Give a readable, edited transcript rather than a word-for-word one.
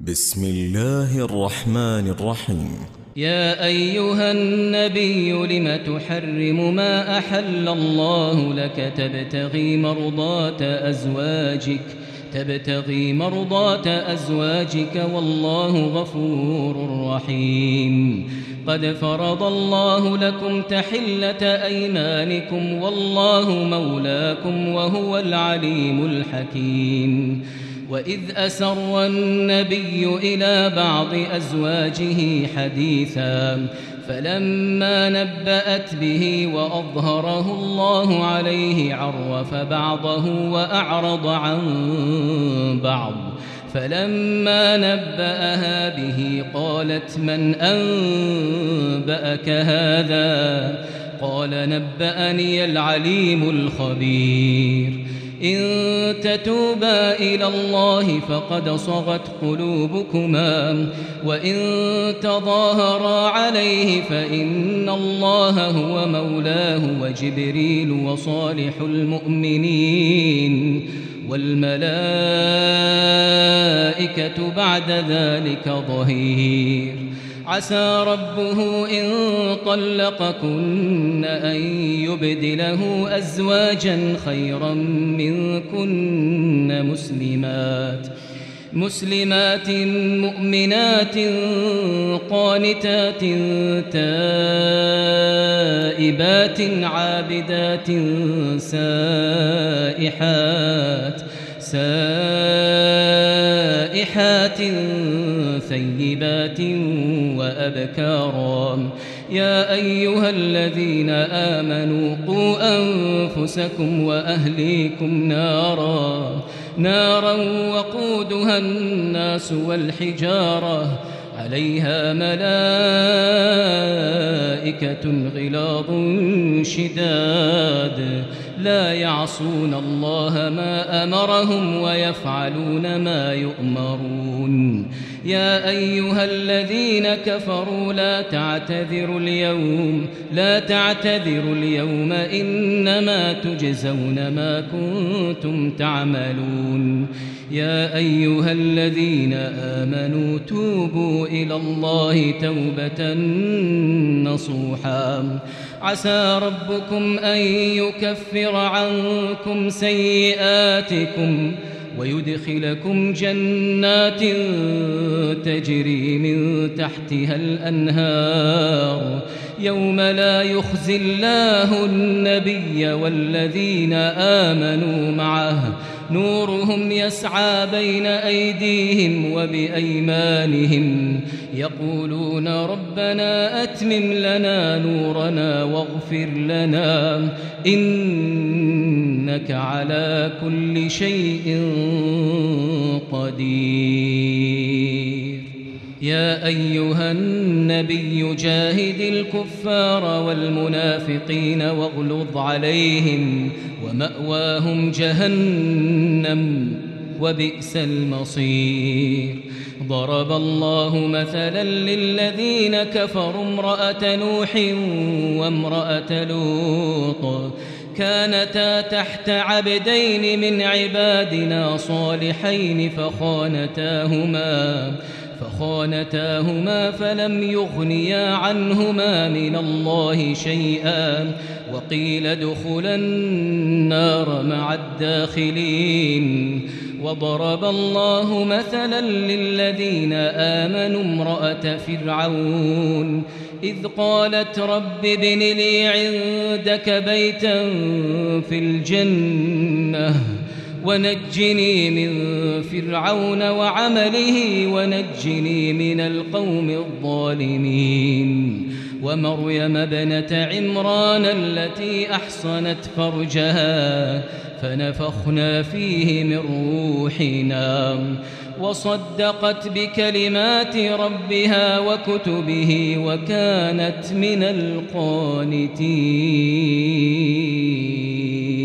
بسم الله الرحمن الرحيم. يا أيها النبي لم تحرم ما أحل الله لك تبتغي مرضات أزواجك والله غفور رحيم. قد فرض الله لكم تحلة أيمانكم والله مولاكم وهو العليم الحكيم. وإذ أسر النبي إلى بعض أزواجه حديثا فلما نبأت به وأظهره الله عليه عرف بعضه وأعرض عن بعض. فلما نبأها به قالت من أنبأك هذا؟ قال نبأني العليم الخبير. إن تتوبا إلى الله فقد صغت قلوبكما وإن تظاهرا عليه فإن الله هو مولاه وجبريل وصالح المؤمنين والملائكة بعد ذلك ظهير. عسى ربه إن طلقكن أن يبدله أزواجا خيرا منكن مسلمات مؤمنات قانتات تائبات عابدات سائحات ثيبات وأبكارا. يا أيها الذين آمنوا قوا أنفسكم وأهليكم نارا وقودها الناس والحجارة عليها ملائكة غلاظ شداد لا يعصون الله ما أمرهم ويفعلون ما يؤمرون. يا أيها الذين كفروا لا تعتذروا اليوم إنما تجزون ما كنتم تعملون. يا أيها الذين آمنوا توبوا إلى الله توبة نصوحا عسى ربكم أن يكفر عنكم سيئاتكم ويدخلكم جنات تجري من تحتها الأنهار يوم لا يخزي الله النبي والذين آمنوا معه نورهم يسعى بين أيديهم وبأيمانهم يقولون ربنا أتمم لنا نورنا واغفر لنا إنك على كل شيء قدير. يا أيها النبي جاهد الكفار والمنافقين واغلظ عليهم ومأواهم جهنم وبئس المصير. ضرب الله مثلا للذين كفروا امرأة نوح وامرأة لوط كانتا تحت عبدين من عبادنا صالحين فخانتاهما فلم يغنيا عنهما من الله شيئا وقيل ادخلا النار مع الداخلين. وضرب الله مثلا للذين آمنوا امرأة فرعون إذ قالت رب ابن لي عندك بيتا في الجنة ونجني من فرعون وعمله ونجني من القوم الظالمين. ومريم ابنة عمران التي أحصنت فرجها فنفخنا فيه من روحنا وصدقت بكلمات ربها وكتبه وكانت من القانتين.